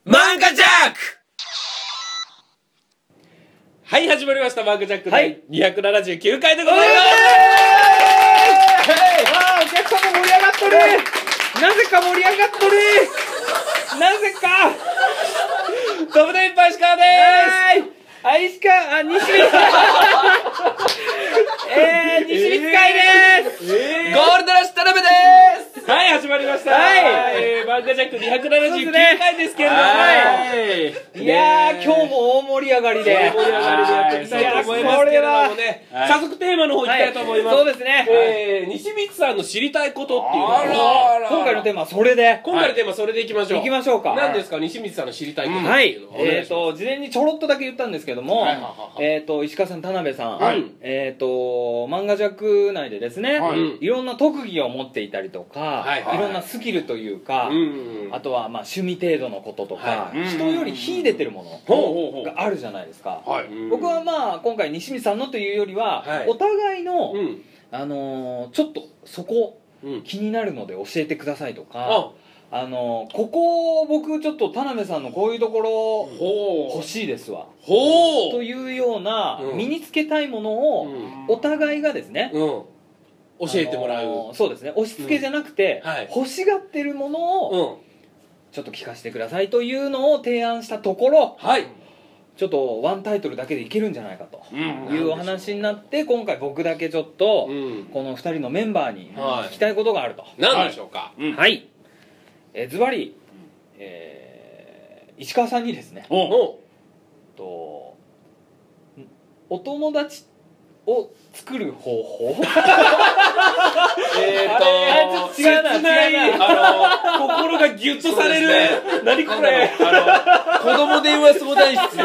漫画ジャック。はい、始まりました漫画ジャック第279回でございます。 あー、お客さんも盛り上がっとる。なぜか盛り上がっとる。なぜか飛ぶでいっぱい石川でーす。 西光さん西光海です。 ゴールドラッシュ田辺でーす。はい、始まりました。漫画ジャック279回ですけれども、 いやー、今日も大盛り上がりで盛り上がりでやっていきたいと思いますけれどもね、早速テーマの方いきたいと思います。 そうですね。 西光さんの知りたいことっていうのは、今回のテーマはそれで。 今回のテーマはそれでいきましょう。 いきましょうか。 何ですか、西光さんの知りたいことっていうのは。 事前にちょろっとだけ言ったんですけども、石川さん、田辺さん、漫画ジャック内でですね、いろんな特技を持っていたりとか、いろんなスキルというか、あとはまあ趣味程度のこととか、人より秀でてるものがあるじゃないですか。僕はまあ今回西光さんのというよりは、お互いのちょっとそこ気になるので教えてくださいとか、ここ僕ちょっと田辺さんのこういうところ欲しいですわというような身につけたいものをお互いがですね教えてもらう。 そうですね、押し付けじゃなくて欲しがってるものをちょっと聞かせてくださいというのを提案したところ、ちょっとワンタイトルだけでいけるんじゃないかというお話になって、今回僕だけちょっとこの2人のメンバーに聞きたいことがあると。 何でしょうか。 はい、ズバリ石川さんにですね、お友達を作る方法違うな心がギュッとされる。何これ。 子供電話相談室で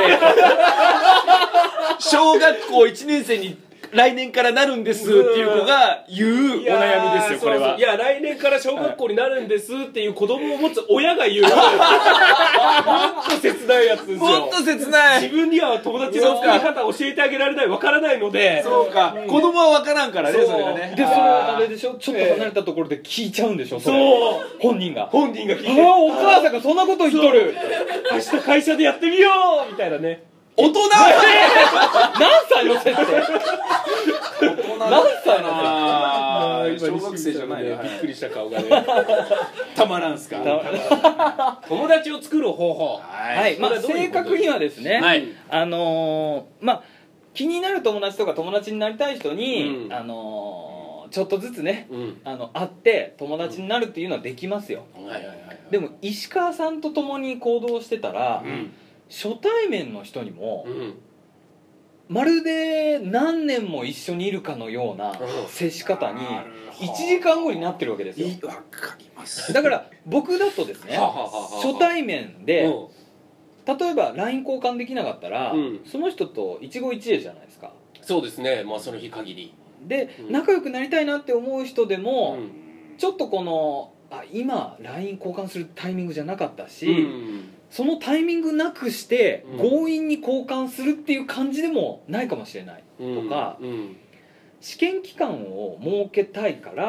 小学校1年生に来年からなるんですっていう子が言うお悩みですよ、これは。 いや、来年から小学校になるんですっていう子供を持つ親が言うもっと切ないやつですよ。 もっと切ない。 自分には友達の作り方教えてあげられない、わからないので。 そうか、子供はわからんからね、それがね。 で、それはあれでしょ、ちょっと離れたところで聞いちゃうんでしょ。 そう、 本人が聞いて、 お母さんがそんなこと言っとる、 明日会社でやってみようみたいなね。 大人何歳の設定。何歳の小学生じゃないね。 びっくりした顔がね。 たまらんすか。 友達を作る方法。 はい、まあ正確にはですね、まあ気になる友達とか友達になりたい人にちょっとずつね会って友達になるっていうのはできますよ。でも石川さんと共に行動してたら初対面の人にもまるで何年も一緒にいるかのような接し方に1時間後になってるわけですよ。 わかります。 だから僕だとですね、初対面で例えば LINE 交換できなかったらその人と一期一会じゃないですか。 そうですね、まあその日限りで仲良くなりたいなって思う人でもちょっとこの今 LINE 交換するタイミングじゃなかったし、そのタイミングなくして強引に交換するっていう感じでもないかもしれないとか、試験期間を設けたいから、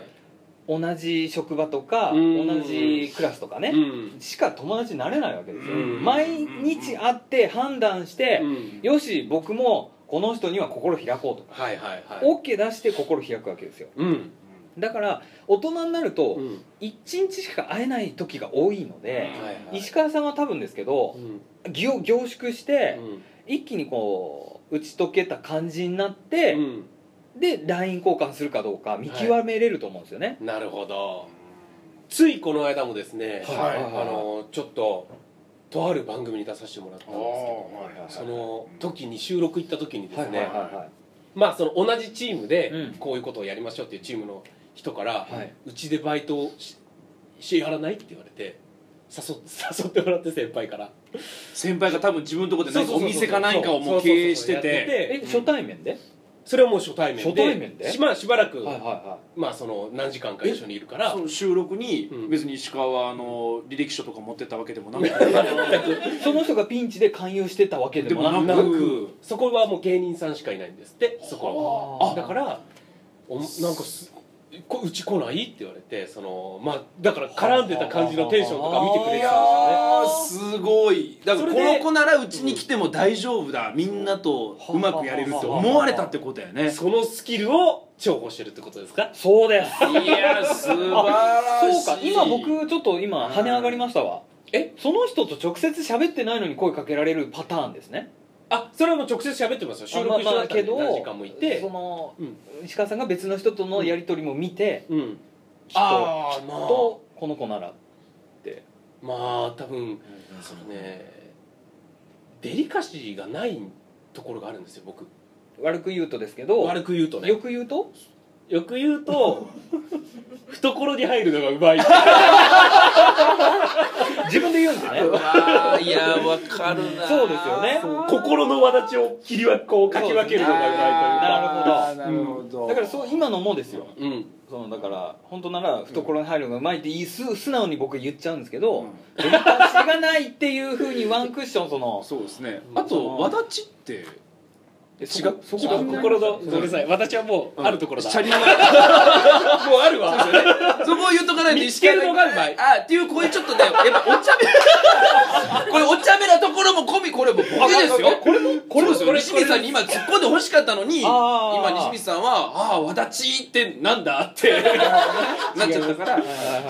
同じ職場とか同じクラスとかねしか友達になれないわけですよ。毎日会って判断してよし僕もこの人には心開こうとか OK 出して心開くわけですよ。だから大人になると1日しか会えない時が多いので、石川さんは多分ですけど凝縮して一気にこう打ち解けた感じになってで LINE 交換するかどうか見極めれると思うんですよね。 なるほど。ついこの間もですね、ちょっととある番組に出させてもらったんですけど、その時に収録行った時にですね、まあその同じチームでこういうことをやりましょうっていうチームの人からうちでバイトしやらないって言われて誘ってもらって、先輩が多分自分のところで何かお店か何かをもう経営してて、 初対面でそれはもう初対面でまあしばらくまあその何時間か一緒にいるから、 その収録に別に石川は履歴書とか持ってったわけでもなくその人がピンチで勧誘してたわけでもなく、 そこはもう芸人さんしかいないんですって、そこは。だからなんかうち来ない?」って言われて、まあだから絡んでた感じのテンションとか見てくれてたんですよね。 すごい。だからこの子ならうちに来ても大丈夫だ、みんなとうまくやれるって思われたってことやね。 そのスキルを重宝してるってことですか？ そうです。 いや素晴らしい。 そうか、今僕ちょっと今跳ね上がりましたわ。その人と直接喋ってないのに声かけられるパターンですね。 それはもう直接喋ってますよ。収録一緒だったんで何時間もいて、 石川さんが別の人とのやり取りも見て、きっとこの子ならって。 まあ多分デリカシーがないところがあるんですよ、僕。 悪く言うとですけど。 悪く言うとね。 よく言うと懐に入るのがうまい。 自分で言うんですね。 いやわかるな。 そうですよね。 心のわだちをこうかき分けるのがうまいというか。 なるほど。だから今のもですよ。だから本当なら懐に入るのがうまいって素直に僕言っちゃうんですけど、デリカシーがないっていうふうにワンクッションそうですね。あとわだちって違う心のごめんなさい、私はもうあるところだ。もうあるわ。 そこを言っとかないと見つけるのがうまい。 っていうこういうちょっとね、やっぱお茶目これお茶目なところも込み、これも僕ですよ。これですよ。西光さんに今突っ込んで欲しかったのに、今西光さんはわだちってなんだってなっちゃったから。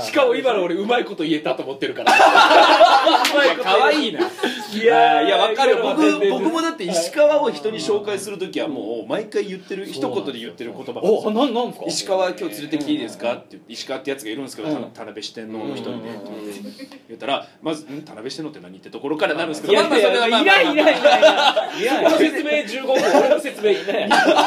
しかも今の俺うまいこと言えたと思ってるから。 可愛いな。いやわかるよ。僕もだって石川を人に紹介する時はもう毎回言ってる、一言で言ってる言葉が、 なんですか？ 石川今日連れてきていいですかって言って、石川ってやつがいるんですけど、田辺四天王の人にね言ったら、まず田辺四天王って何ってところからなるんですけど、 いないこの説明15分、俺の説明いない。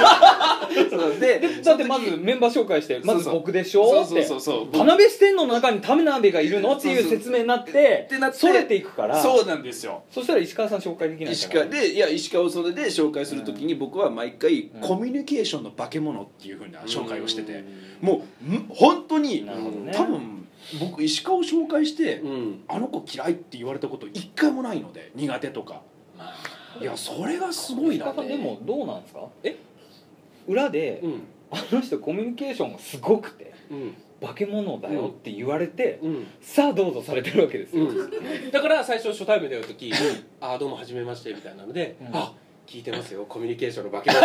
だってまずメンバー紹介して、まず僕でしょって、 そう田辺四天王の中に田辺がいるのっていう説明になってそれていくから。 そうなんですよ。 そしたら石川さん紹介できないから。 石川をそれで紹介する時に僕は毎回コミュニケーションの化け物っていう風な紹介をしてて、もう本当に多分僕石川を紹介してあの子嫌いって言われたこと一回もないので、苦手とか。いやそれがすごいな。 でもどうなんですか？裏であの人コミュニケーションがすごくて化け物だよって言われて、さあどうぞされてるわけですよ。 だから最初初対面で会う時「ああどうもはじめまして」みたいなので「あ聞いてますよコミュニケーションの化け物」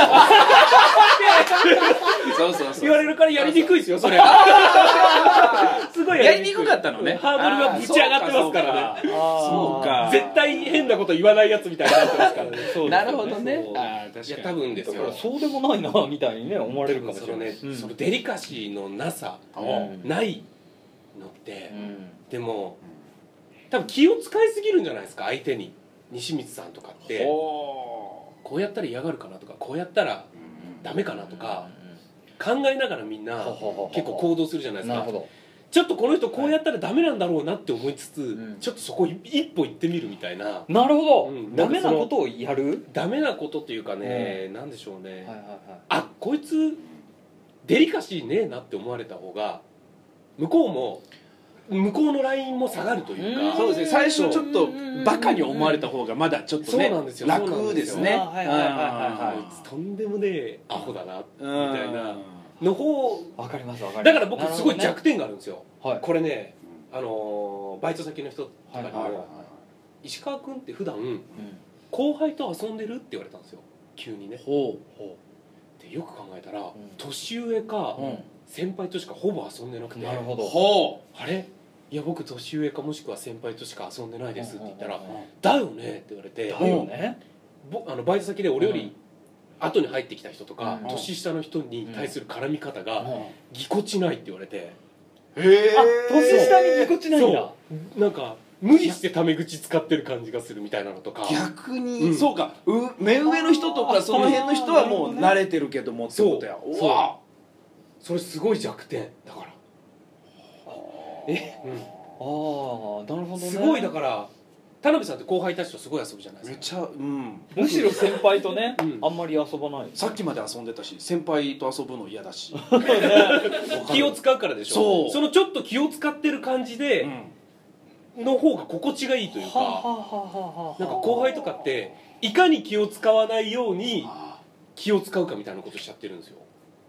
そう言われるからやりにくいですよ、それ。すごいやりにくかったのね。 ハードルがぶち上がってますからね。 そうか。 絶対変なこと言わないやつみたいになってますからね。 なるほどね。 いや多分ですよ。 そうでもないなみたいにね思われるかもしれない。 そのデリカシーのなさないのってでも多分気を使いすぎるんじゃないですか、相手に。西光さんとかってこうやったら嫌がるかなとか、こうやったらダメかなとか考えながらみんな結構行動するじゃないですか。ちょっとこの人こうやったらダメなんだろうなって思いつつ、ちょっとそこ一歩行ってみるみたいな。 なるほど。ダメなことをやる。 ダメなことっていうかね、なんでしょうね、あこいつデリカシーねえなって思われた方が向こうのラインも下がるというか。 そうですね、最初ちょっとバカに思われた方がまだちょっとね楽ですね。 とんでもねえアホだなみたいなの方。 わかりますわかります。 だから僕すごい弱点があるんですよ。これね、バイト先の人とかにも「石川君って普段後輩と遊んでる?」って言われたんですよ、急にね。でよく考えたら年上か先輩としかほぼ遊んでなくて。 なるほど。 あれいや僕年上かもしくは先輩としか遊んでないですって言ったら「だよね」って言われて。 だよね。 バイト先で俺より後に入ってきた人とか年下の人に対する絡み方がぎこちないって言われて。 年下にぎこちないんだ。 なんか無理してタメ口使ってる感じがするみたいなのとか。 逆にそうか、目上の人とかその辺の人はもう慣れてるけどもってことや。 それすごい弱点だから。 なるほどね。 すごいだから田辺さんって後輩たちとすごい遊ぶじゃないですか。 むしろ先輩とねあんまり遊ばない。 さっきまで遊んでたし先輩と遊ぶの嫌だし。 気を使うからでしょ。そのちょっと気を使ってる感じでの方が心地がいいというか。なんか後輩とかっていかに気を使わないように気を使うかみたいなことしちゃってるんですよ。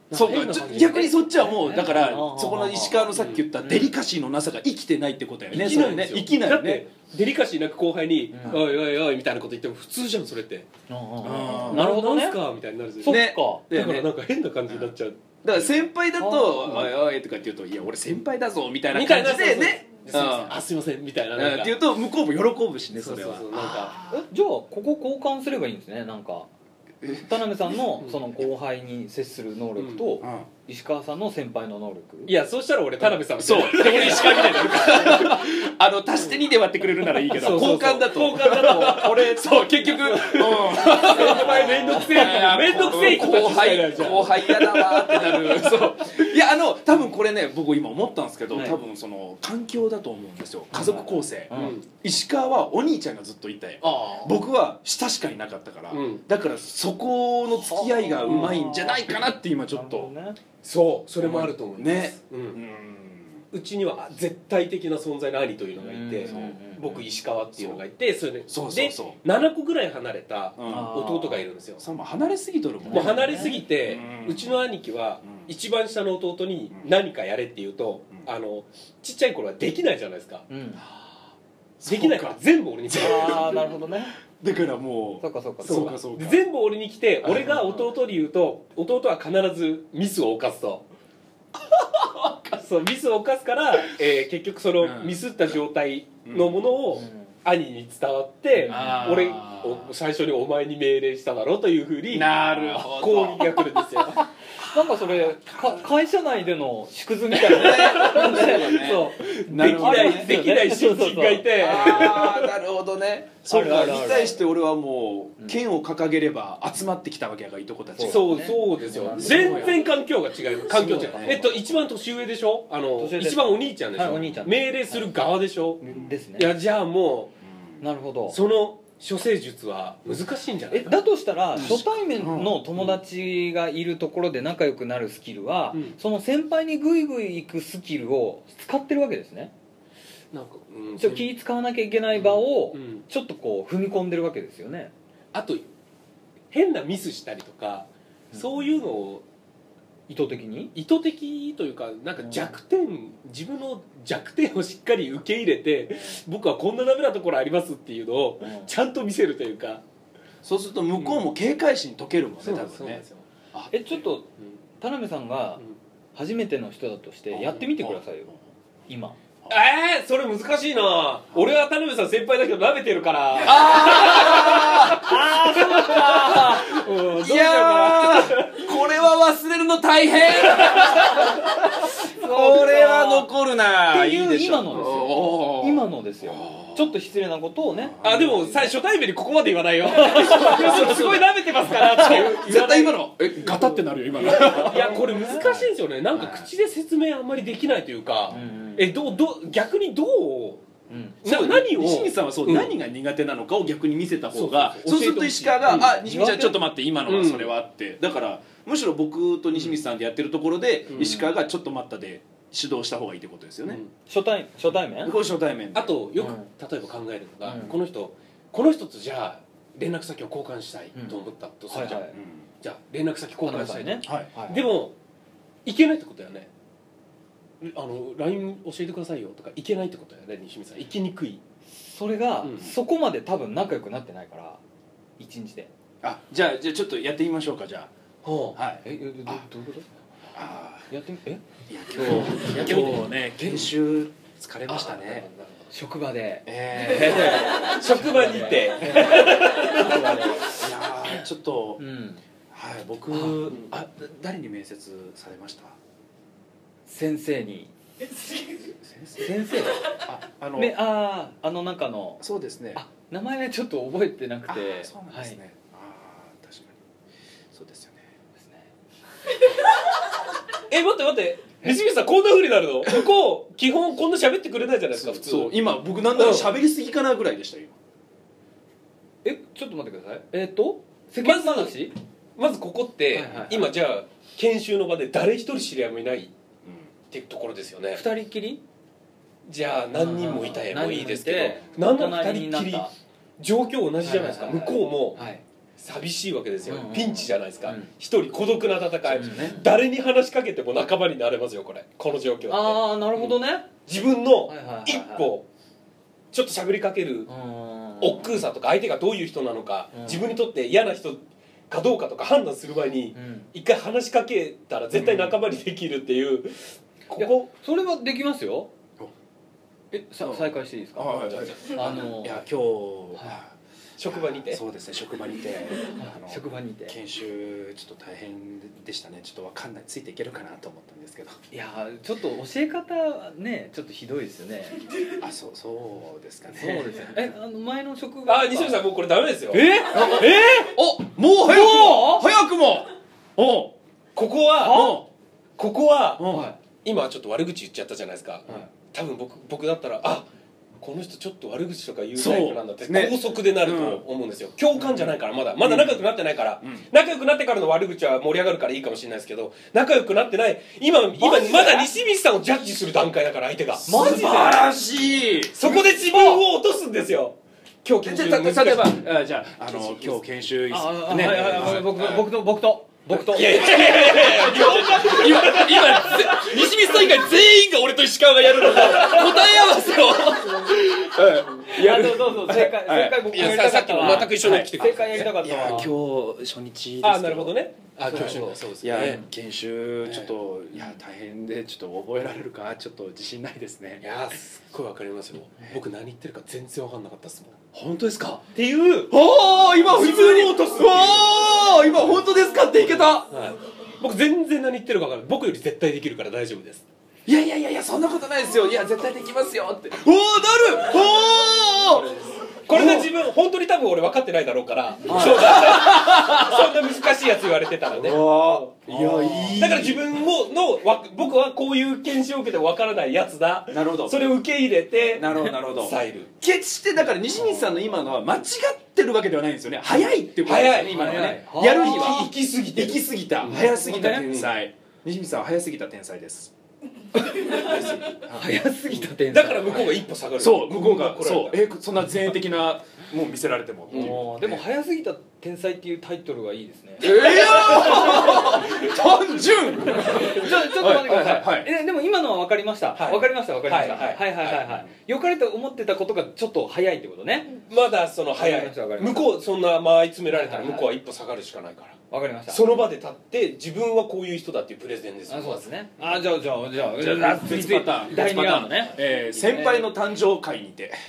そうか、逆にそっちはもうだからそこの石川のさっき言ったデリカシーのなさが生きてないってことやね。 生きないんですよ。 生きないよね。 だってデリカシーなく後輩に「おいおいおい」みたいなこと言っても普通じゃんそれって。 なるほどね。 なんすかみたいになるんですそよ。 っか。 だからなんか変な感じになっちゃう。 だから先輩だと「おいおい」とかって言うと「いや俺先輩だぞ」みたいな感じでね 「あすいません」みたいなって言うと向こうも喜ぶしね、それは。 なんかじゃあここ交換すればいいんですね。なんか田辺さんのその後輩に接する能力と石川さんの先輩の能力。 いやそうしたら俺田辺さんそう俺石川みたいになるから足して2で割ってくれるならいいけど、交換だと俺そう結局先輩めんどくせえめんどくせえ後輩嫌だわってなる。そういや多分これね僕今思ったんですけど、多分その環境だと思うんですよ。家族構成、石川はお兄ちゃんがずっといて、僕は下しかいなかったから、だからそこの付き合いがうまいんじゃないかなって今ちょっと。 そうそれもあると思いますね。 うちには絶対的な存在の兄というのがいて、僕石川っていうのがいて、それで7個ぐらい離れた弟がいるんですよ。 離れすぎとるもん。 もう離れすぎて、うちの兄貴は一番下の弟に何かやれって言うと、ちっちゃい頃はできないじゃないですか。できないから全部俺に来て。 ああなるほどね。 だからもうそうか全部俺に来て、俺が弟に言うと弟は必ずミスを犯すと。そうミスを犯すから、結局そのミスった状態のものを兄に伝わって、俺最初にお前に命令しただろうというふうに攻撃が来るんですよ。 なんかそれ会社内での縮図みたいなね。 そうできない新人がいて、 なるほどね。そうか、に対して俺はもう剣を掲げれば集まってきたわけやから、いとこたち。 そうですよ。全然環境が違う。一番年上でしょ。一番お兄ちゃんでしょ。命令する側でしょ。 ですね。 いやじゃあもうなるほど。 その処世術は難しいんじゃないかな。 だとしたら初対面の友達がいるところで仲良くなるスキルは、その先輩にグイグイ行くスキルを使ってるわけですね。なんか気使わなきゃいけない場をちょっとこう踏み込んでるわけですよね。 あと変なミスしたりとか、そういうのを意図的というか、なんか自分の弱点をしっかり受け入れて、僕はこんなダメなところありますっていうのをちゃんと見せるというか、 そうすると向こうも警戒心解けるもんね、多分ね。 ちょっと田辺さんが初めての人だとしてやってみてくださいよ今。 それ難しいな。俺は田辺さん先輩だけど舐めてるから。 そうか。いやこれは忘れるの大変。これは残るな。 っていう今のですよ。ちょっと失礼なことをね。 でも初対面にここまで言わないよ。すごい舐めてますからっていう。 絶対今のガタってなるよ今の。 いやこれ難しいんですよね。なんか口で説明あんまりできないというか、逆にどう何を西見さんは何が苦手なのかを逆に見せた方が、そうすると石川が「西見ちゃんちょっと待って今のはそれは」って。だからむしろ僕と西見さんでやってるところで石川が「ちょっと待った」で指導した方がいいってことですよね。 初対面。 これ初対面。 あとよく例えば考えるのが、この人とじゃあ連絡先を交換したいと思ったとするじゃん。じゃあ連絡先交換したいね。でもいけないってことだよね。LINE 教えてくださいよとかいけないってことだよね。西見さん行きにくい。 それがそこまで多分仲良くなってないから一日で。 じゃあちょっとやってみましょうか。じゃあはい。どういうこと？やってみいや今日ね研修疲れましたね。 職場で。 職場にて。 いやちょっと僕誰に面接されました？ 先生に。先生なんかの。 そうですね。 名前はちょっと覚えてなくて。 そうなんですね。確かにそうですよね。 待って西見さんこんな風になるの？向こう基本こんな喋ってくれないじゃないですか普通。 そう今僕なんなら喋りすぎかなぐらいでした今。 ちょっと待ってください。世間話？ まずここって今じゃあ研修の場で誰一人知り合いもいないっていうところですよね。 二人きり？ じゃあ何人もいたらもいいですけど、何なら二人きり状況同じじゃないですか。向こうも寂しいわけですよ、 うんうん、 ピンチじゃないですか、 うん、 一人孤独な戦い、 ね、 誰に話しかけても仲間になれますよこの状況って。 ああなるほどね、 自分の一歩ちょっと喋りかける億劫さとか相手がどういう人なのか、自分にとって嫌な人かどうかとか判断する前に一回話しかけたら絶対仲間にできるっていう、ここそれはできますよ。再開していいですか。 いや今日職場にて、 そうですね、職場にて職場にて研修ちょっと大変でしたね。ちょっとわかんない、ついていけるかなと思ったんですけど。 いやちょっと教え方ねちょっとひどいですよね。 そうですかね。 そうですよね。前の職場、 西野さんもうこれダメですよ。 もう早くもここは今ちょっと悪口言っちゃったじゃないですか。多分僕だったらこの人ちょっと悪口とか言うタイプなんだって高速でなると思うんですよ。共感じゃないからまだ仲良くなってないから、仲良くなってからの悪口は盛り上がるからいいかもしれないですけど、仲良くなってない今まだ西光さんをジャッジする段階だから相手が素晴らしい。 そこで自分を落とすんですよ。今日研修例えばじゃあ今日研修僕といや今西光さん以外全員が俺と石川がやるの答え合わせをどうぞ正解僕やりたかったわ。 全く一緒に来てください。 正解やりたかったわ。 今日初日ですけど。 なるほどね。教師のそうですね。 いや研修ちょっと大変でちょっと覚えられるかちょっと自信ないですね。 いやすっごいわかりますよ。僕何言ってるか全然わかんなかったですもん。 本当ですかっていう今普通に落とす今本当ですかっていけた。 僕全然何言ってるか分からない。僕より絶対できるから大丈夫です。 いやそんなことないですよ。いや絶対できますよってなるこれが自分本当に多分俺分かってないだろうからそんな難しいやつ言われてたらね。だから自分僕はこういう研修を受けて分からないやつだ、 なるほど、 それを受け入れてなるほど伝える。 決してだから西光さんの今のは間違ってるわけではないんですよね。早いってことですよね。今のはねやるには行き過ぎた早すぎた天才。西光さんは早すぎた天才です。 早すぎた天才だから向こうが一歩下がる。 そう向こうがそんな前衛的なもう見せられてもでも早すぎた天才っていうタイトルがいいですね。 単純ちょっと待ってください。でも今のは分かりました。分かりました良かれと思ってたことがちょっと早いってことね。 まだその早い。向こうそんな間合い詰められたら向こうは一歩下がるしかないから。 わかりました。 その場で立って自分はこういう人だっていうプレゼンですよ。 そうですね。じゃあ別パターン第2ラウンドね。 先輩の誕生会にて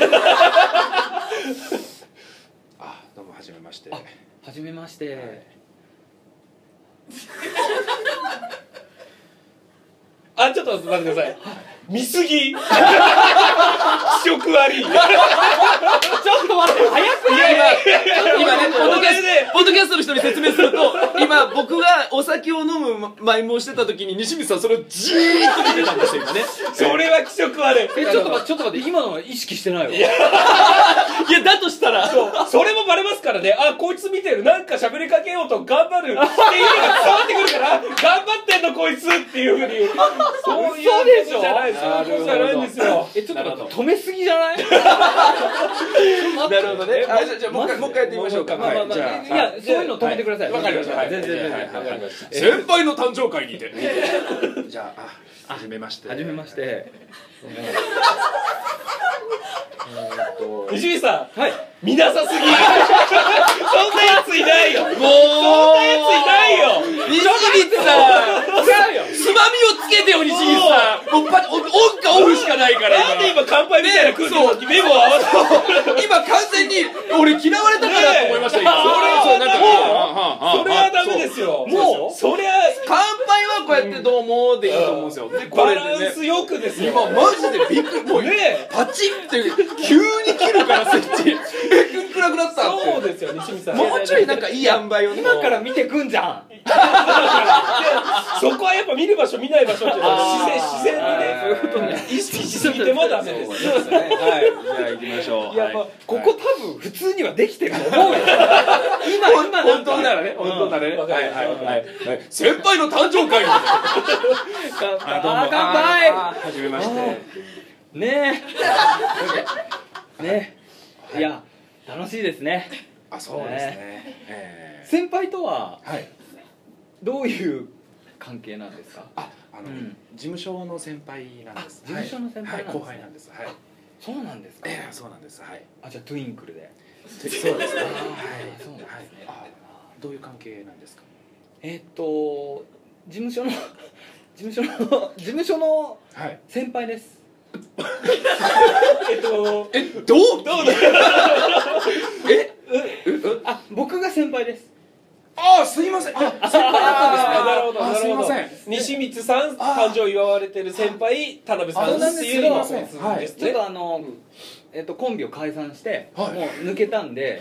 どうもはじめまして。 はじめまして。 ちょっと待ってください。見すぎ。気色悪い。ちょっと待って、早くない？ 今ね、ポッドキャストの人に説明すると、今僕がお酒を飲むマイムをしてた時に西光さんそれをじーっと見てたんですよ今ね。 それは気色悪い。 ちょっと待って、今のは意識してないわ。いやだとしたらそれもバレますからね。こいつ見てる、なんか喋りかけようと頑張るっていうのが伝わってくるから頑張ってんのこいつっていうふうに。そういうことじゃないです。そういうことじゃないんですよ。 ちょっと待って、止めすぎじゃない？ なるほどね。じゃあもう一回やってみましょうか。 いや、そういうの止めてください。 わかりました。全然わかりました。 先輩の誕生会にて。じゃあはじめまして。 はじめまして。 西見さん、見なさすぎ。そんなやついないよ。 もうそんなやついないよ。 西光さん、つまみをつけてよ西光さん。もうオンかオフしかないからなんで今乾杯みたいな空気の目も合わせ今完全に俺嫌われたかなと思いました今。 それはダメですよ。もうそりゃ乾杯はこうやってどうもでいいと思うんですよ。 バランスよくですよ。 今マジでびっくり。もうパチンって急に切るからスイッチ暗くなったって。 そうですよ西見さん。 もうちょいなんかいい塩梅を今から見てくんじゃん。 そこはやっぱ見る場所見ない場所っていうのは自然にね、そういうことね意識しすぎてもダメです。 そうですね。はい。じゃあ行きましょう。 いやここ多分普通にはできてると思うよ。今本当ならね。はい。先輩の誕生会に。 乾杯。 はじめまして。 ねえ。いや楽しいですね。 あ、そうですね。 先輩とははい。 どういう関係なんですか？ 事務所の先輩なんです。 事務所の先輩なんですね。 後輩なんです。はい。 そうなんですか。 そうなんです。はい。 じゃあトゥインクルで。 そうですね。はい。そうなんですね。どういう関係なんですか？ 事務所の先輩です。 同期？ 僕が先輩です。 すいません。先輩だったんですね。 なるほど。 すいません。 西光さん誕生祝われてる先輩田辺さんっていうのがそうですね。 ちょっとコンビを解散してもう抜けたんで、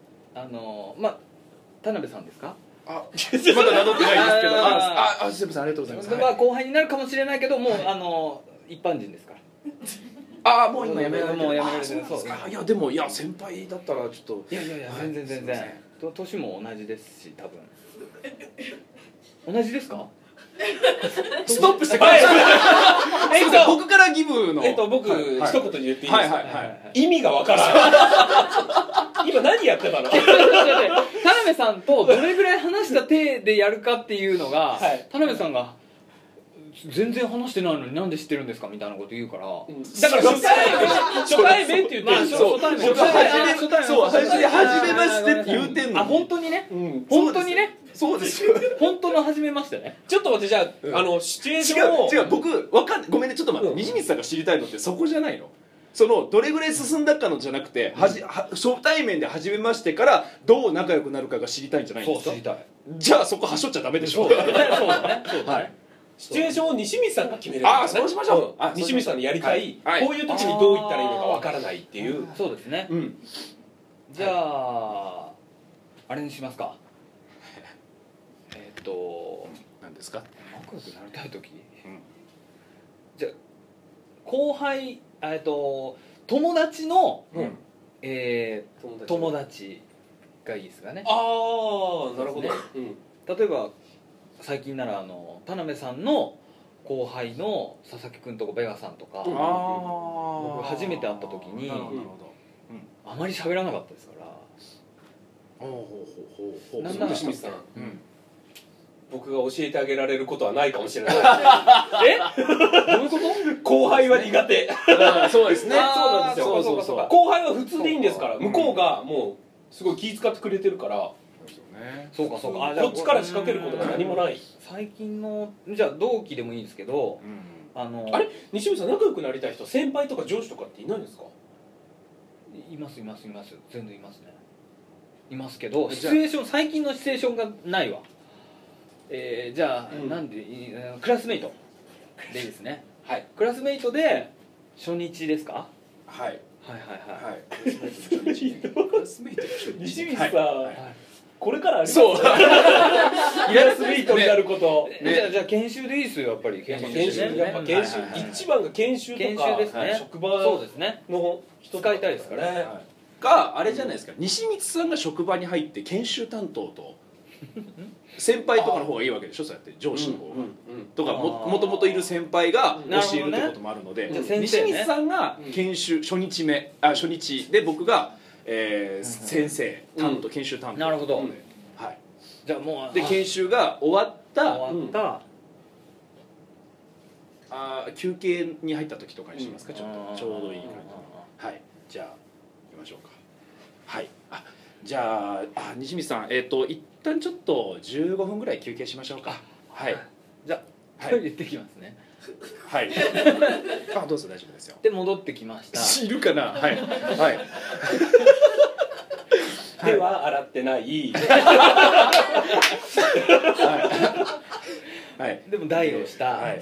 田辺さんですか？ まだ名乗ってないですけど。すいません、ありがとうございます。 後輩になるかもしれないけど、もう一般人ですから。 もう今やめられてる。 いやでも先輩だったらちょっと。 いや全然年も同じですし、多分同じですか？ ストップしてください。僕からギブの僕一言言っていいですか？ はい意味がわからん。今何やってたの？ 田辺さんとどれぐらい話した体でやるかっていうのが、田辺さんが全然話してないのになんで知ってるんですかみたいなこと言うから、だから初対面って言ってる。 初対面初めましてって言うてんの。 本当にね。 そうですよ。 本当の初めましてね。 ちょっと待って、じゃあシチュエーションを。 違う、僕ごめんね、ちょっと待って。西光さんが知りたいのってそこじゃないの？どれぐらい進んだかのじゃなくて、初対面で初めましてからどう仲良くなるかが知りたいんじゃないんですか？ そう知りたい。 じゃあそこはしょっちゃダメでしょ。 そうだね。 はい。 シチュエーションを西光さんが決める。 そうしましょう。 西光さんにやりたい、こういう時にどう言ったらいいのかわからないっていう。 そうですね。じゃああれにしますか。 何ですか？ 仲良くなりたい時。じゃあ後輩友達の友達がいいですかね。 なるほど。例えば最近なら田辺さんの後輩の佐々木くんとかベガさんとか、僕初めて会った時にあまり喋らなかったですから。 なんなら西光さん、僕が教えてあげられることはないかもしれない。どういうこと？後輩は苦手。 そうですね。 そうなんですよ。後輩は普通でいいんですから、向こうがもうすごい気遣ってくれてるから。 そうか。 こっちから仕掛けることが何もない。 最近のじゃあ同期でもいいんですけど、 あれ西光さん、仲良くなりたい人、先輩とか上司とかっていないんですか？ います全然いますね。いますけど、最近のシチュエーションがないわ。じゃあなんでクラスメイトでいいですね。はい。クラスメイトで初日ですか？はい。クラスメイト西光さん、これからあります。クラスメイトになること。 じゃあ研修でいいですよ、やっぱり。研修一番が研修とか職場の人使いたいですからね。 があれじゃないですか。西光さんが職場に入って研修担当と先輩とかの方がいいわけでしょ。そうやって上司の方がとかもともといる先輩が教えるってこともあるので、西光さんが研修初日で僕が先生担当、研修担当。 なるほど。 はい。 じゃあもうで研修が終わった休憩に入った時とかにしますか。ちょっとちょうどいい感じ。はい。じゃあ行きましょうか。はい。じゃあ西光さん、一旦ちょっと15分ぐらい休憩しましょうか。はい。 じゃあトイレ行ってきますね。 はい。どうぞ大丈夫ですよ。 で戻ってきました。 いるかな。はいはい。 手は洗ってない。 はい。でも代をした。はい。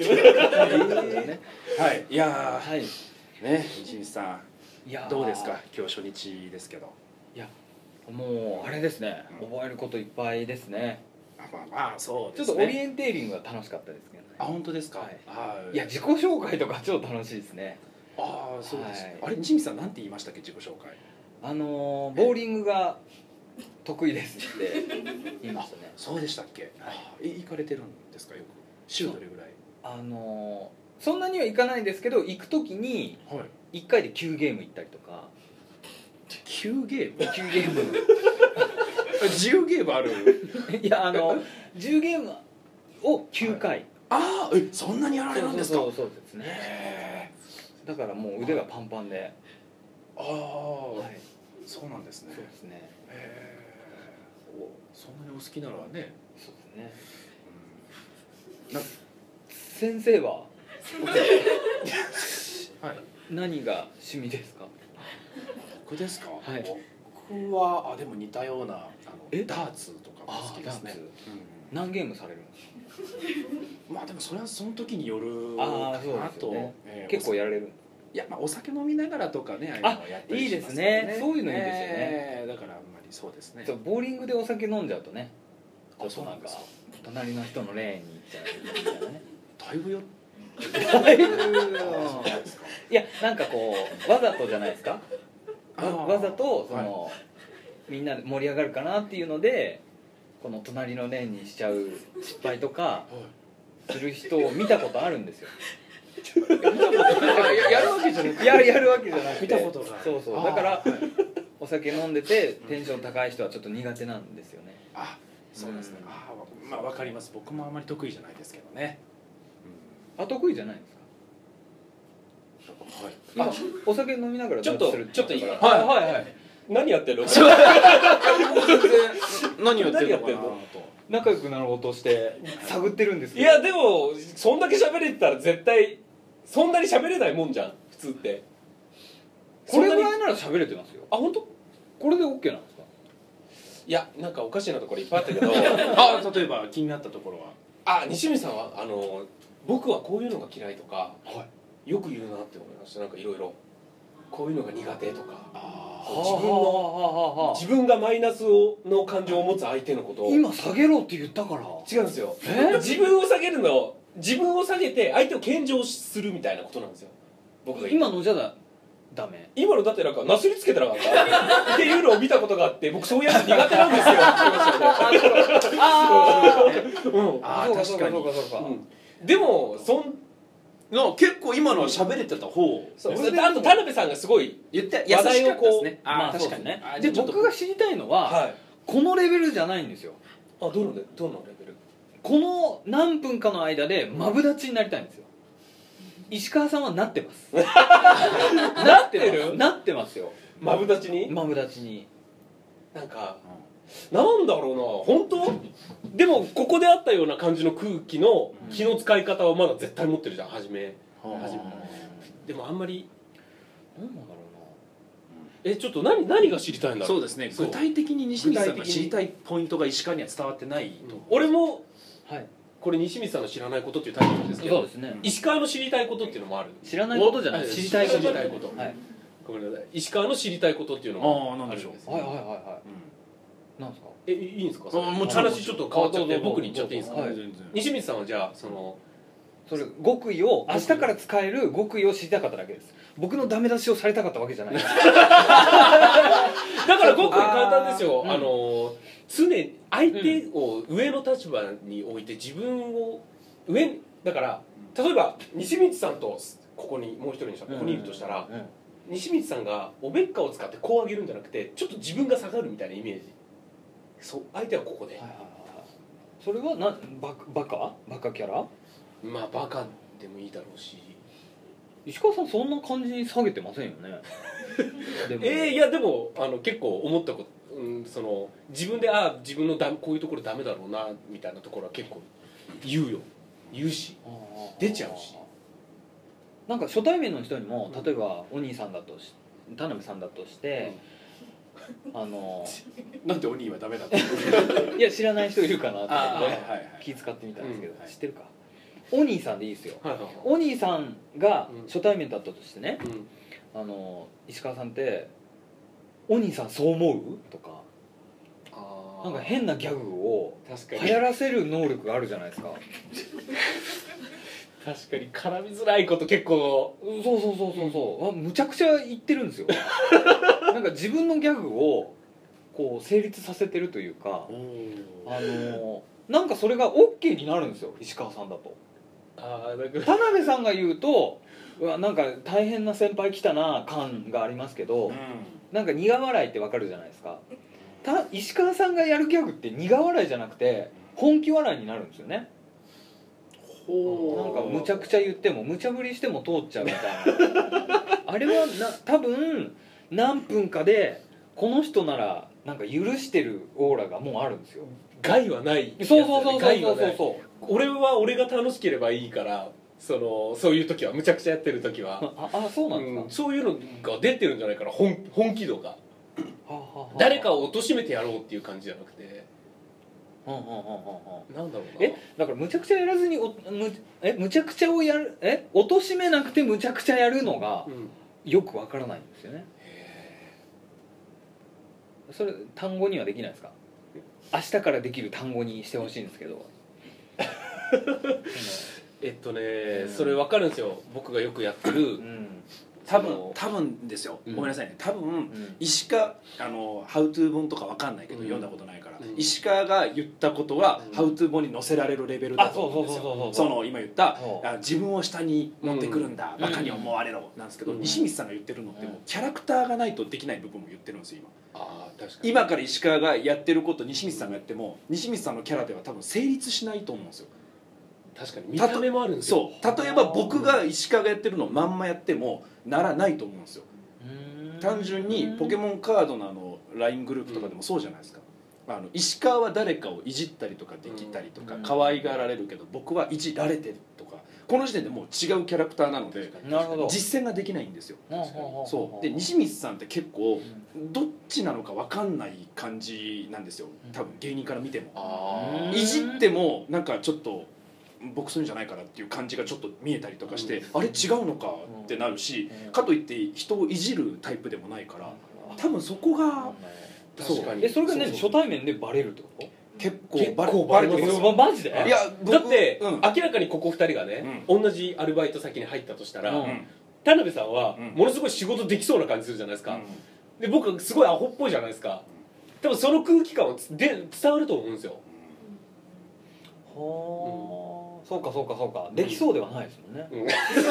いやね、西光さんどうですか。今日初日ですけど。 いやもうあれですね。覚えることいっぱいですね。 そうですね。ちょっとオリエンテーリングが楽しかったですけどね。 本当ですか。 いや自己紹介とか超楽しいですね。 そうです。あれ西光さんなんて言いましたっけ、自己紹介。 ボーリングが得意ですって言いましたね。 そうでしたっけ。行かれてるんですか。よく週どれぐらい。 そんなには行かないんですけど、行く時に1回で9ゲーム行ったりとか。 9ゲーム 10ゲームあるいや10ゲームを9回、 ああそんなにやられるんですか。 そうですね。だからもう腕がパンパンで、 ああ、そうなんですね。 そうですね。 そんなにお好きならね。 そうですね。先生は何が趣味ですか。 僕ですか。 はい。 僕はでも似たようなダーツとかも好きですね。 何ゲームされるんですか。 まあでもそれはその時によるかなと。結構やられる。 いやお酒飲みながらとかね、 いいですね。そういうのいいですよね。 だからあんまりそうですね。 ボーリングでお酒飲んじゃうとね、ちょっとなんか隣の人のレーンに行っちゃうみたいなね。 だいぶよ。 いやなんかこうわざとじゃないですか。わざとみんなで盛り上がるかなっていうので、この隣のレーンにしちゃう失敗とかする人を見たことあるんですよ。 やるわけじゃなくて、 やるわけじゃなくて、 見たことが。 そうだからお酒飲んでてテンション高い人はちょっと苦手なんですよね。 そうですね。まあわかります。僕もあまり得意じゃないですけどね。 得意じゃないんですか。 はい。 お酒飲みながらちょっといいかな。 はい何やってんの。 何やってんのかなと。 仲良くなろうとして探ってるんですけど。いやでもそんだけ喋れてたら絶対そんなに喋れないもんじゃん普通って。 これぐらいなら喋れてますよ。 本当？ これで OK なんですか。 いやなんかおかしいなところいっぱいあったけど例えば気になったところは西見さんは僕はこういうのが嫌いとか、よく言うなって思いました。なんかいろいろこういうのが苦手とか、自分がマイナスの感情を持つ相手のことを今下げろって言ったから。 違うんですよ。自分を下げるの、自分を下げて相手を謙譲するみたいなことなんですよ。僕が今のじゃダメ。 今のだってなんかなすりつけてなかったっていうのを見たことがあって、僕そういうやつ苦手なんですよって言ってましたよね。 確かに。 でも結構今のは喋れてた方。 あと田辺さんがすごい話題をこう。 確かにね。で僕が知りたいのはこのレベルじゃないんですよ。 どのレベル？ この何分かの間でマブダチになりたいんですよ。石川さんはなってます。 なってる？ なってますよ。 マブダチに？ マブダチに。 なんかなんだろうな、本当？でもここであったような感じの空気の気の使い方はまだ絶対持ってるじゃん。初めでもあんまりなんだろうな。 ちょっと何が知りたいんだろう。 そうですね。具体的に西光さんが知りたいポイントが石川には伝わってないと。 俺もこれ西光さんの知らないことっていうタイトルですけど、石川の知りたいことっていうのもある。 知らないことじゃない、知りたいこと。 ごめんなさい。石川の知りたいことっていうのもあるんですよ。なんですか。いいんですか。話ちょっと変わっちゃって僕に言っちゃっていいですか。西光さんはじゃあそれ極意を明日から使える極意を知りたかっただけです。僕のダメ出しをされたかったわけじゃない。だから極意簡単ですよ。常に相手を上の立場に置いて自分を上に、だから例えば西光さんとここにもう一人にしたここにいるとしたら、西光さんがおべっかを使ってこう上げるんじゃなくてちょっと自分が下がるみたいなイメージ。相手はここで。 それはバカキャラ？ まあバカでもいいだろうし。 石川さんそんな感じに下げてませんよね。 いやでも結構思ったこと、自分で自分のこういうところダメだろうなみたいなところは結構言うし出ちゃうし。 なんか初対面の人にも例えばお兄さんだと田辺さんだとして、 なんでお兄はダメだったいや知らない人いるかなと思って気遣ってみたんですけど、知ってるか。お兄さんでいいですよ。お兄さんが初対面だったとしてね、石川さんって「お兄さんそう思う?」とかなんか変なギャグを流行らせる能力があるじゃないですか。 確かに絡みづらいこと結構そうむちゃくちゃ言ってるんですよ。なんか自分のギャグをこう成立させてるというか、なんかそれが OK になるんですよ石川さんだと。田辺さんが言うとなんか大変な先輩来たな感がありますけど、なんか苦笑いってわかるじゃないですか。 石川さんがやるギャグって苦笑いじゃなくて本気笑いになるんですよね。なんかむちゃくちゃ言っても無茶ぶりしても通っちゃうみたいなあれは多分何分かでこの人ならなんか許してるオーラがもうあるんですよ。 害はないやつそうそうそう害はないそうそう。 俺が楽しければいいからそういう時はむちゃくちゃやってる時はそうなんですか、 そういうのが出てるんじゃないかな、本気度がはあはあはあ、 誰かを貶めてやろうっていう感じじゃなくて、なんだろうな、 だからむちゃくちゃやらずにむちゃくちゃをやる貶めなくてむちゃくちゃやるのがよくわからないんですよね。それ単語にはできないですか？明日からできる単語にしてほしいんですけどそれ分かるんですよ、僕がよくやってる、 多分ですよ、ごめんなさいね、多分、石川ハウトゥー本とか分かんないけど、読んだことないから、石川が言ったことは、ハウトゥー本に載せられるレベルだと思うんですよ。その今言った自分を下に持ってくるんだ、バカに思われろなんですけど、西光さんが言ってるのってもうキャラクターがないとできない部分も言ってるんですよ今から石川がやってること西光さんがやっても西光さんのキャラでは多分成立しないと思うんですよ。 確かに見た目もあるんですよ。 そう例えば僕が石川がやってるのをまんまやってもならないと思うんですよ。単純にポケモンカードのLINE グループとかでもそうじゃないですか。石川は誰かをいじったりとかできたりとか可愛がられるけど、僕はいじられてるとか、この時点でもう違うキャラクターなので実践ができないんですよ。そうで西光さんって結構どっちなのか分かんない感じなんですよ、多分芸人から見ても。いじってもなんかちょっと僕そういうんじゃないからっていう感じがちょっと見えたりとかして、あれ違うのかってなるし、かといって人をいじるタイプでもないから、多分そこが確かにそれがね初対面でバレるってこと？ 結構バレてますよ。マジで？ いやだって明らかにここ2人がね同じアルバイト先に入ったとしたら、田辺さんはものすごい仕事できそうな感じするじゃないですか。で僕はすごいアホっぽいじゃないですか。多分その空気感は伝わると思うんですよ。 はあ、そうかできそうではないですもんね。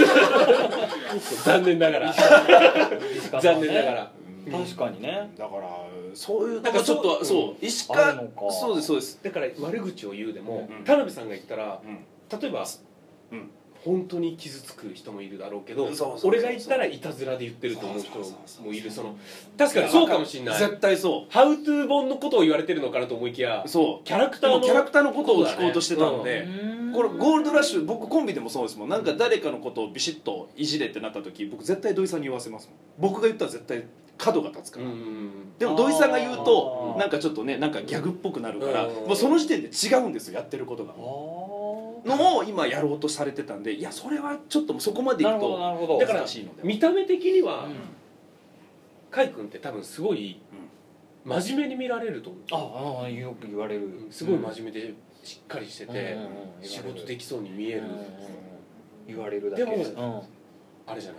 残念ながら残念ながら確かにね。 だからそういうなんかちょっとそう石川そうですだから悪口を言うでも田辺さんが言ったら例えば本当に傷つく人もいるだろうけど、俺が言ったらいたずらで言ってると思う人もいる。確かにそうかもしれない。 絶対そう。 ハウトゥー本のことを言われてるのかなと思いきや、 そうキャラクターのことを聞こうとしてたので、これゴールドラッシュ僕コンビでもそうですもん。なんか誰かのことをビシッといじれってなった時、僕絶対土井さんに言わせますもん。僕が言ったら絶対角が立つから。でも土井さんが言うとなんかちょっとね、なんかギャグっぽくなるから、もうその時点で違うんですよ、やってることが。のを今やろうとされてたんで、いやそれはちょっとそこまでいくとだから見た目的には甲斐君って多分すごい真面目に見られると思う。 よく言われる。 すごい真面目でしっかりしてて仕事できそうに見える。 言われるだけでもあれじゃない。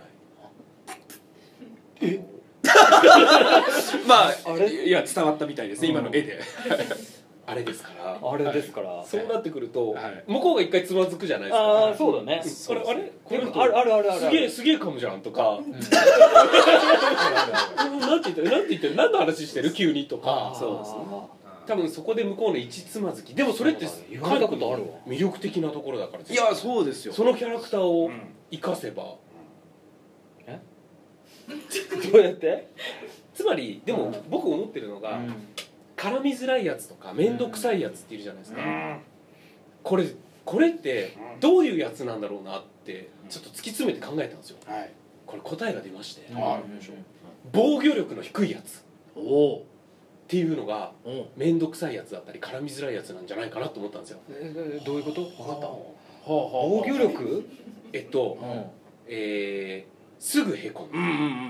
まあいや伝わったみたいですね、今の絵で。 あれですから、そうなってくると向こうが一回つまずくじゃないですか。 ああそうだね。 これあるすげえかもじゃんとか、なんて言ってる何の話してる急にとか。そうですね。多分そこで向こうの一つまずき。でもそれって言われたことあるわ。 魅力的なところだから。 いやそうですよ。 そのキャラクターを生かせば。 どうやって？ つまりでも僕思ってるのが。絡みづらいやつとか面倒くさいやつっているじゃないですか。これってどういうやつなんだろうなってちょっと突き詰めて考えたんですよ。これ答えが出まして、防御力の低いやつっていうのが面倒くさいやつだったり絡みづらいやつなんじゃないかなと思ったんですよ。 どういうこと？分かった？防御力？ すぐへこむ。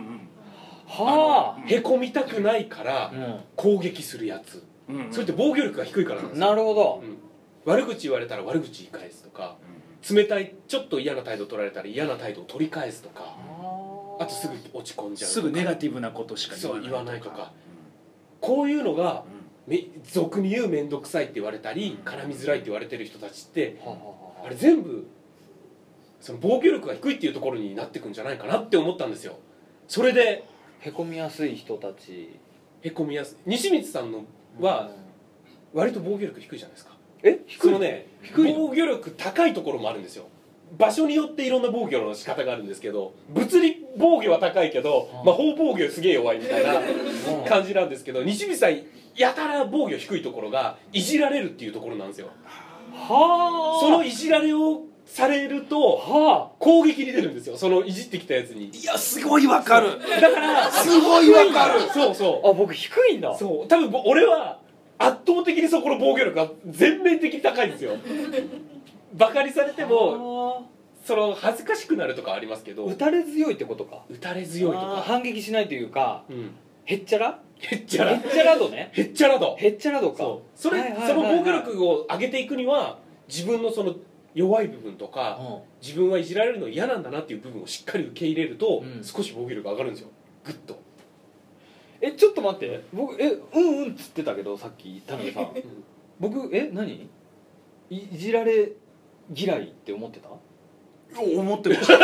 へこみたくないから攻撃するやつ。それって防御力が低いからなんですよ。 なるほど。 悪口言われたら悪口言い返すとか、冷たいちょっと嫌な態度取られたら嫌な態度を取り返すとか、あとすぐ落ち込んじゃうとか、 すぐネガティブなことしか言わないとか、こういうのが俗に言う面倒くさいって言われたり絡みづらいって言われてる人たちって、あれ全部その防御力が低いっていうところになってくんじゃないかなって思ったんですよ。それでへこみやすい人たち、 へこみやすい。西光さんのは割と防御力低いじゃないですか。 低いそのね、防御力高いところもあるんですよ。場所によっていろんな防御の仕方があるんですけど、物理防御は高いけど魔法防御すげえ弱いみたいな感じなんですけど、西光さんやたら防御低いところがいじられるっていうところなんですよ。 はあ。 そのいじられをされると攻撃に出るんですよ、そのいじってきたやつに。 いやすごいわかる。 だからすごいわかる。 そうそう。 僕低いんだ。 そう、多分俺は圧倒的にそこの防御力が全面的に高いんですよ。バカにされてもその恥ずかしくなるとかありますけど、 打たれ強いってことか。 打たれ強いとか反撃しないというか、へっちゃらへっちゃら度ね。 へっちゃら度。 へっちゃら度か。 その防御力を上げていくには自分のその弱い部分とか、自分はいじられるの嫌なんだなっていう部分をしっかり受け入れると、少し防御力上がるんですよ、グッと。 ちょっと待って、僕うんっつってたけどさっき田辺さん僕何いじられ嫌いって思ってた？ 思ってました。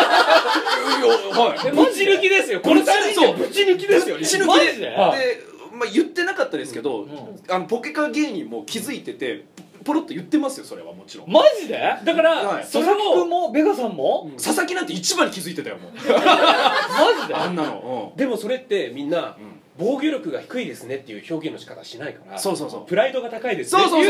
はい。 ぶち抜きですよ。この3人でぶち抜きですよ。 ぶち抜きで。 マジで？ で、まあ言ってなかったですけど、ポケカ芸人も気づいててポロッと言ってますよ、それはもちろん。 マジで？ だから佐々木くんもベガさんも佐々木なんて一番に気づいてたよ、もう。 マジで？ あんなの。 でもそれってみんな防御力が低いですねっていう表現の仕方しないから、 そうそうそう、 プライドが高いですね。 そう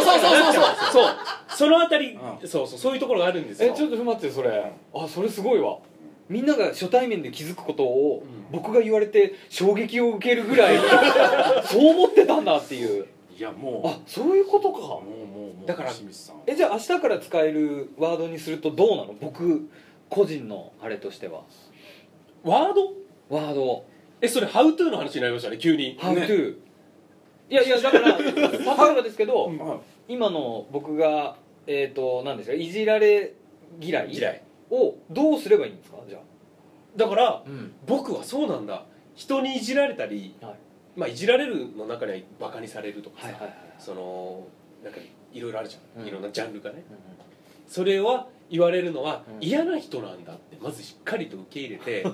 そのあたり、そういうところがあるんですよ。 ちょっと待って、それそれすごいわ。みんなが初対面で気づくことを僕が言われて衝撃を受けるぐらいそう思ってたんだっていう。 いやもうそういうことか。 もうだからじゃあ明日から使えるワードにするとどうなの？僕個人のあれとしてはワードそれハウトゥーの話になりましたね、急に。 ハウトゥー、いやだから例えばですけど、今の僕が何ですか、いじられ嫌いをどうすればいいんですか？じゃあだから、僕はそうなんだ、人にいじられたり、まあいじられるの中にはバカにされるとかさ、そのなんかいろいろあるじゃん、いろんなジャンルがね。それは言われるのは嫌な人なんだってまずしっかりと受け入れて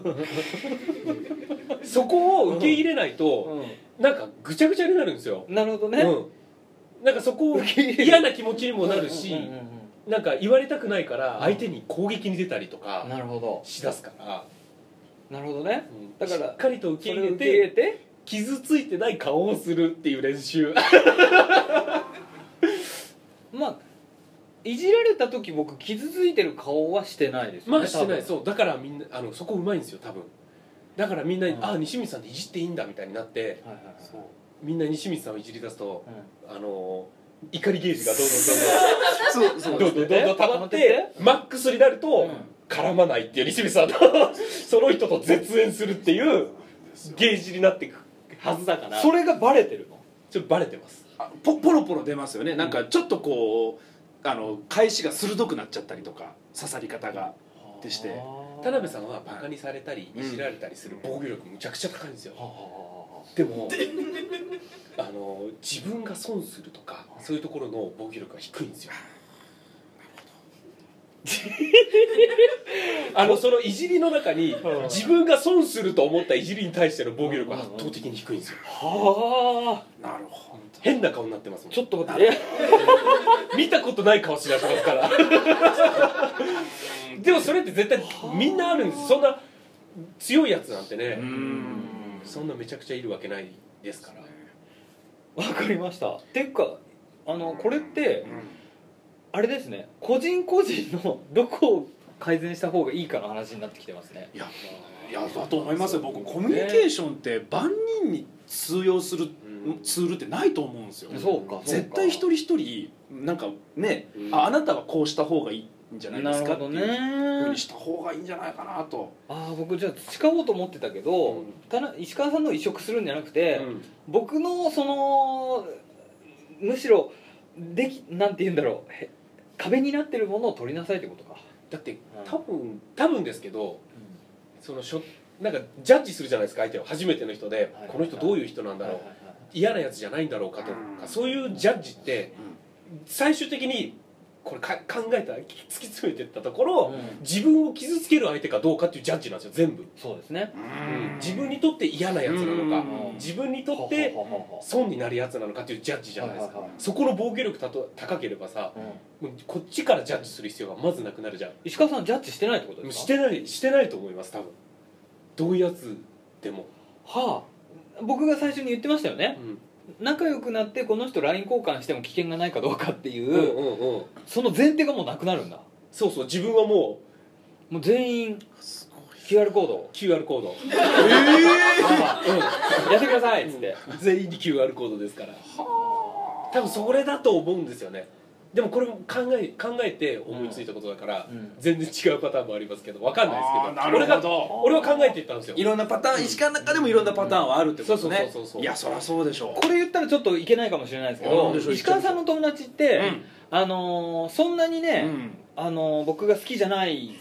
そこを受け入れないとなんかぐちゃぐちゃになるんですよ。 なるほどね。 なんかそこを嫌な気持ちにもなるし、なんか言われたくないから相手に攻撃に出たりとかしだすから。 なるほどね。だからしっかりと受け入れて傷ついてない顔をするっていう練習まあいじられた時僕傷ついてる顔はしてないですよね。 まあしてない。そうだからみんなそこうまいんですよ多分。だからみんな西光さんっていじっていいんだみたいになって、みんな西光さんをいじり出すと怒りゲージがどんどん溜まってマックスになると絡まないっていう西光さんとその人と絶縁するっていうゲージになっていくはずだから。 それがバレてるの？ ちょっとバレてます。 ポロポロ出ますよね。なんかちょっとこう返しが鋭くなっちゃったりとか刺さり方がでして、 田辺さんはバカにされたりいじられたりする防御力むちゃくちゃ高いんですよ。でも自分が損するとかそういうところの防御力が低いんですよ。そのいじりの中に自分が損すると思ったいじりに対しての防御力が圧倒的に低いんですよ。 はあ、なるほど。 変な顔になってますもん。 ちょっと待って、 見たことない顔しだしますからでもそれって絶対みんなあるんです。そんな強いやつなんてね、そんなめちゃくちゃいるわけないですから。 わかりました。っていうかこれってあれですね、個人個人のどこを改善した方がいいかの話になってきてますね。 いやだと思いますよ。僕コミュニケーションって万人に通用するツールってないと思うんですよ。 そうか。 絶対一人一人なんかね、あなたはこうした方がいいんじゃないですかっていうふうにした方がいいんじゃないかなと。 僕じゃあ培おうと思ってたけど、石川さんのを移植するんじゃなくて、僕のそのむしろなんて言うんだろう、壁になってるものを取りなさいってことか。 だって多分ですけど、なんかジャッジするじゃないですか、相手を。初めての人でこの人どういう人なんだろう、嫌なやつじゃないんだろうかとか、そういうジャッジって最終的にこれ考えた突き詰めていったところ、自分を傷つける相手かどうかっていうジャッジなんですよ全部。 そうですね。 自分にとって嫌なやつなのか、自分にとって損になるやつなのかっていうジャッジじゃないですか。そこの防御力高ければさ、こっちからジャッジする必要がまずなくなるじゃん。 石川さんジャッジしてないってことですか？ してないと思います。多分どういうやつでも。 はあ、僕が最初に言ってましたよね。仲良くなってこの人 LINE 交換しても危険がないかどうかっていう、その前提がもうなくなるんだ。 そうそう、自分はもう全員 QR コードやってくださいっつって、 全員に QR コードですから。多分それだと思うんですよね。でもこれも考えて思いついたことだから、全然違うパターンもありますけど、分かんないですけど、俺は考えていったんですよ。 いろんなパターン、石川の中でもいろんなパターンはあるってことね。 そう。 いや、そりゃそうでしょう。 これ言ったらちょっといけないかもしれないですけど、石川さんの友達って、そんなにね、僕が好きじゃない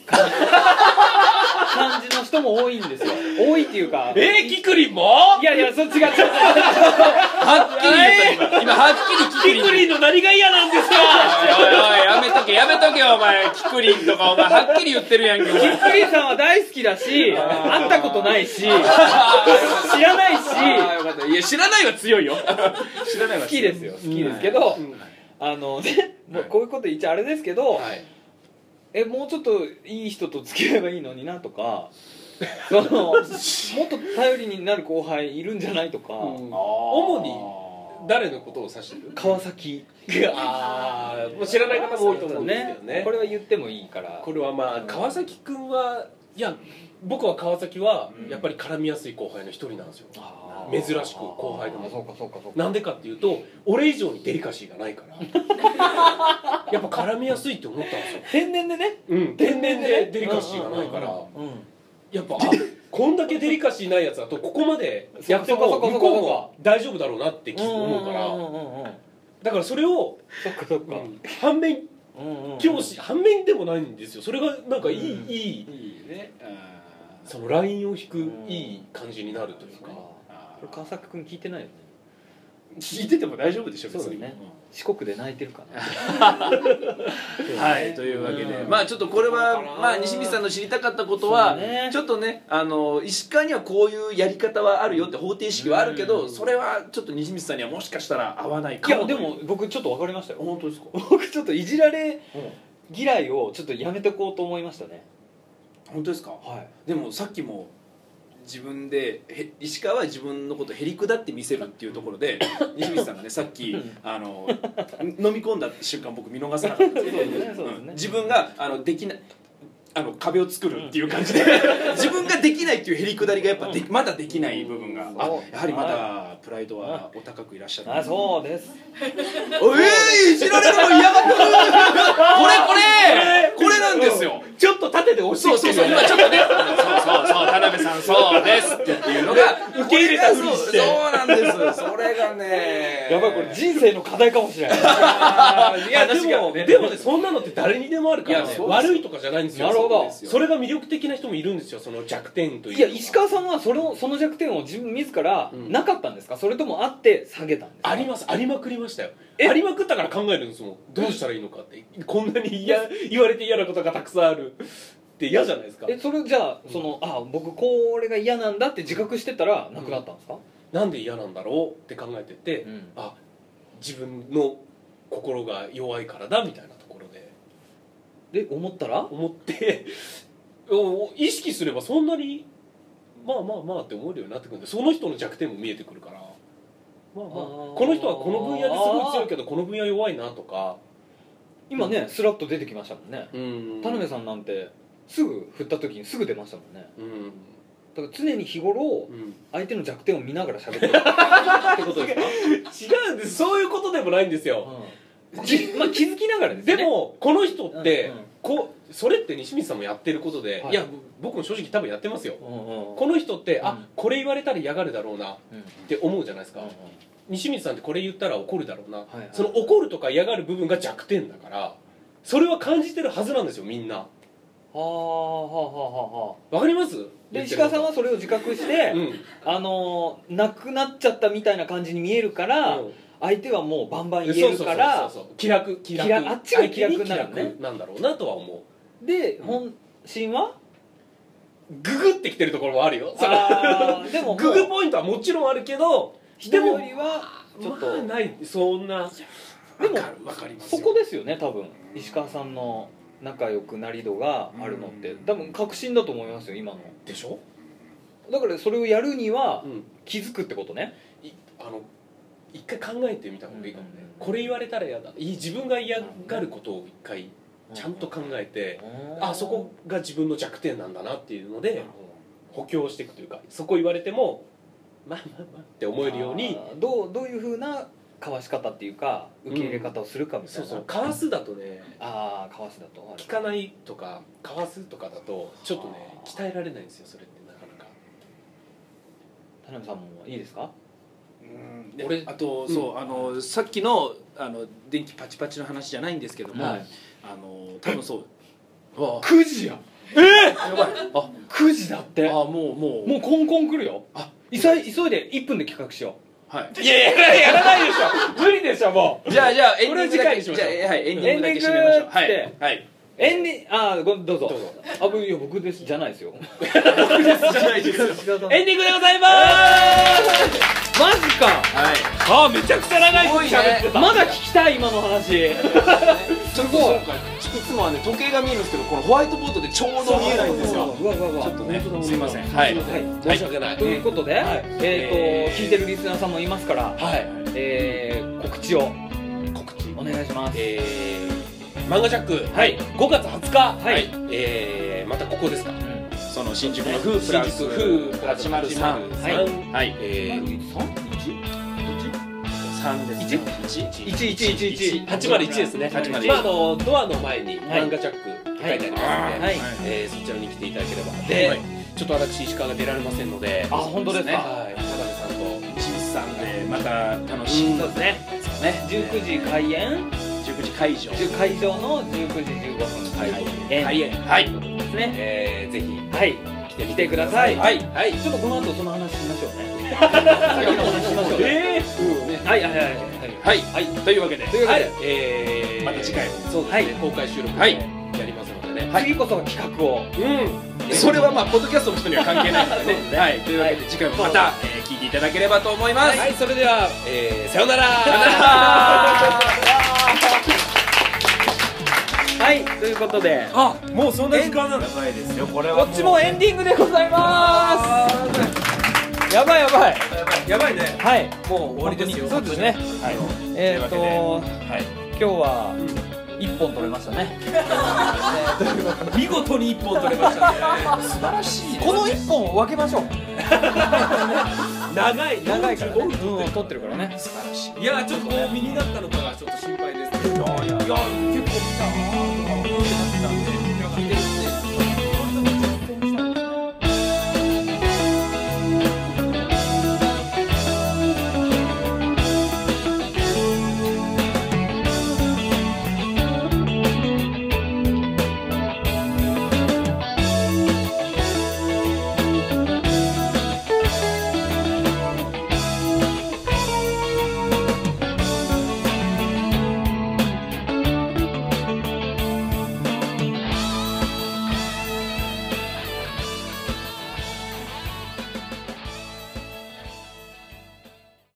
感じの人も多いんですよ。多いっていうか、 キクリンも？ いやそっちがはっきり言った。今はっきりキクリンの何が嫌なんですか？ おいやめとけよお前。キクリンとかお前はっきり言ってるやんけ。キクリンさんは大好きだし、会ったことないし、知らないし。 いや知らないは強いよ。知らないは好きですよ。好きですけど、もうこういうこと言っちゃあれですけど、もうちょっといい人と付き合えばいいのになとか、もっと頼りになる後輩いるんじゃないとか。 主に誰のことを指してる？ 川崎。 もう知らない方も多いと思うんですけどね。 これは言ってもいいから。 これはまあ川崎くんは、いや僕は川崎はやっぱり絡みやすい後輩の一人なんですよ。珍しく後輩でも。なんでかっていうと、俺以上にデリカシーがないからやっぱ絡みやすいって思ったんですよ。 天然でね。 天然でデリカシーがないから、やっぱこんだけデリカシーないやつだとここまでやっても向こうも大丈夫だろうなって思うから、だからそれを反面教師、反面でもないんですよ。それがなんかいいね、そのラインを引くいい感じになるというか。 これ川崎君聞いてないよね。 聞いてても大丈夫でしょ別に。 四国で泣いてるかな。はい、というわけで、まあちょっとこれはまあ西光さんの知りたかったことは、ちょっとね、石川にはこういうやり方はあるよって方程式はあるけど、それはちょっと西光さんにはもしかしたら合わないかも。 いやでも僕ちょっと分かりましたよ。 本当ですか？ 僕ちょっといじられ嫌いをちょっとやめてこうと思いましたね。 本当ですか？はい。でもさっきも自分で石川は自分のことをへりくだって見せるっていうところで西光さんがねさっき飲み込んだ瞬間僕見逃さなかったんですけど、自分ができない壁を作るっていう感じで自分ができないっていうへりくだりがやっぱまだできない部分がやはりまだプライドはお高くいらっしゃる。 そうです。 いじられるの嫌がってる。これなんですよ。 ちょっと縦で押してきてる。 今ちょっとね、そう田辺さんそうですっていうのが受け入れたふりして。 そうなんです。それがね、 やばい、これ人生の課題かもしれない。いやでもね、そんなのって誰にでもあるからね。悪いとかじゃないんですよ。 なるほど。 それが魅力的な人もいるんですよ。その弱点という。 いや石川さんはその弱点を自らなかったんですか？それともあって下げたんですか？ あります。ありまくりましたよ。ありまくったから考えるんですもん。どうしたらいいのかって。こんなに言われて嫌なことがたくさんあるって嫌じゃないですか。 それじゃあ僕これが嫌なんだって自覚してたらなくなったんですか？ なんで嫌なんだろうって考えてて、自分の心が弱いからだみたいなところで思って意識すればそんなにまあって思えるようになってくるんで、その人の弱点も見えてくるから、この人はこの分野ですごい強いけどこの分野弱いなとか。 今ねスラッと出てきましたもんね。田辺さんなんてすぐ振った時にすぐ出ましたもんね。だから常に日頃相手の弱点を見ながら喋ってるってことですか？ 違うんです。そういうことでもないんですよ。 気づきながらですね。 でもこの人ってそれって西光さんもやってることで、いや僕も正直多分やってますよ。この人ってこれ言われたら嫌がるだろうなって思うじゃないですか。西光さんってこれ言ったら怒るだろうな、その怒るとか嫌がる部分が弱点だから、それは感じてるはずなんですよみんな。わかります？ で石川さんはそれを自覚して、なくなっちゃったみたいな感じに見えるから、 相手はもうバンバン言えるから気楽あっちが気楽になるねなんだろうなとは思う。で本心はググってきてるところもあるよ。 でもググポイントはもちろんあるけど、 人よりはちょっとないそんな。 でもそこですよね、多分石川さんの仲良くなり度があるのって多分確信だと思いますよ今の。 でしょ。 だからそれをやるには気づくってことね。 一回考えてみた方がいいかもね。これ言われたら嫌だ、自分が嫌がることを一回ちゃんと考えて、そこが自分の弱点なんだなっていうので補強していくというか、そこ言われてもまあって思えるようにどういうふうなかわし方っていうか受け入れ方をするかみたいな。 そうかわすだとね、 かわすだと聞かないとかかわすとかだとちょっとね鍛えられないんですよ、それってなかなか。 田辺さんもいいですか。 俺あとそうさっきの電気パチパチの話じゃないんですけども、多分そう 9時や。 やばい。 9時だって。 もうコンコン来るよ。急いで1分で企画しよう。はい。 いややらないでしょ。無理でしょもう。 じゃあエンディングだけしましょう。エンディングだけ締めましょう。はいエンディングどうぞ。いや僕ですじゃないですよ。 僕ですじゃないですよ。 エンディングでございます。 マジか。 はい。めちゃくちゃ長い時喋ってた。 まだ聞きたい今の話。 すごい。いつもはね時計が見えるんですけど、このホワイトボードでちょうど見えないんですよ。ちょっとねすいません。はい。 申し訳ない。 ということで聞いてるリスナーさんもいますから、告知をお願いします。 漫画ジャック、5月20日、またここですか、 その新宿のフープラス803、3ですね。 801ですね。ドアの前に漫画ジャックって書いてありますので、そちらに来ていただければ。で、ちょっと私石川が出られませんので、 本当ですか。 田辺さんと石さんでまた楽しい。 そうですね。19時開演。 19時会場の19時15分開演ですね。ぜひ来てください。ちょっとこの後その話しましょうね。さっきの話しましょうね。 というわけでまた次回そうですね、公開収録でやりますのでね。 次こそは企画を。 それはポッドキャストの人には関係ないのでね。というわけで次回もまた聞いていただければと思います。 それではさよなら。 ということで、 もうそんな時間なの。 やばいですよこれは。こっちもエンディングでございます。やばいね。もう終わりですよ。そうですね。今日は1本取れましたね。 見事に1本取れましたね。 素晴らしい。 この1本を分けましょう。 長いからね。取ってるからね。 素晴らしい。いやちょっと身になったのかがちょっと心配です。いや結構見たなとか思ってたんで。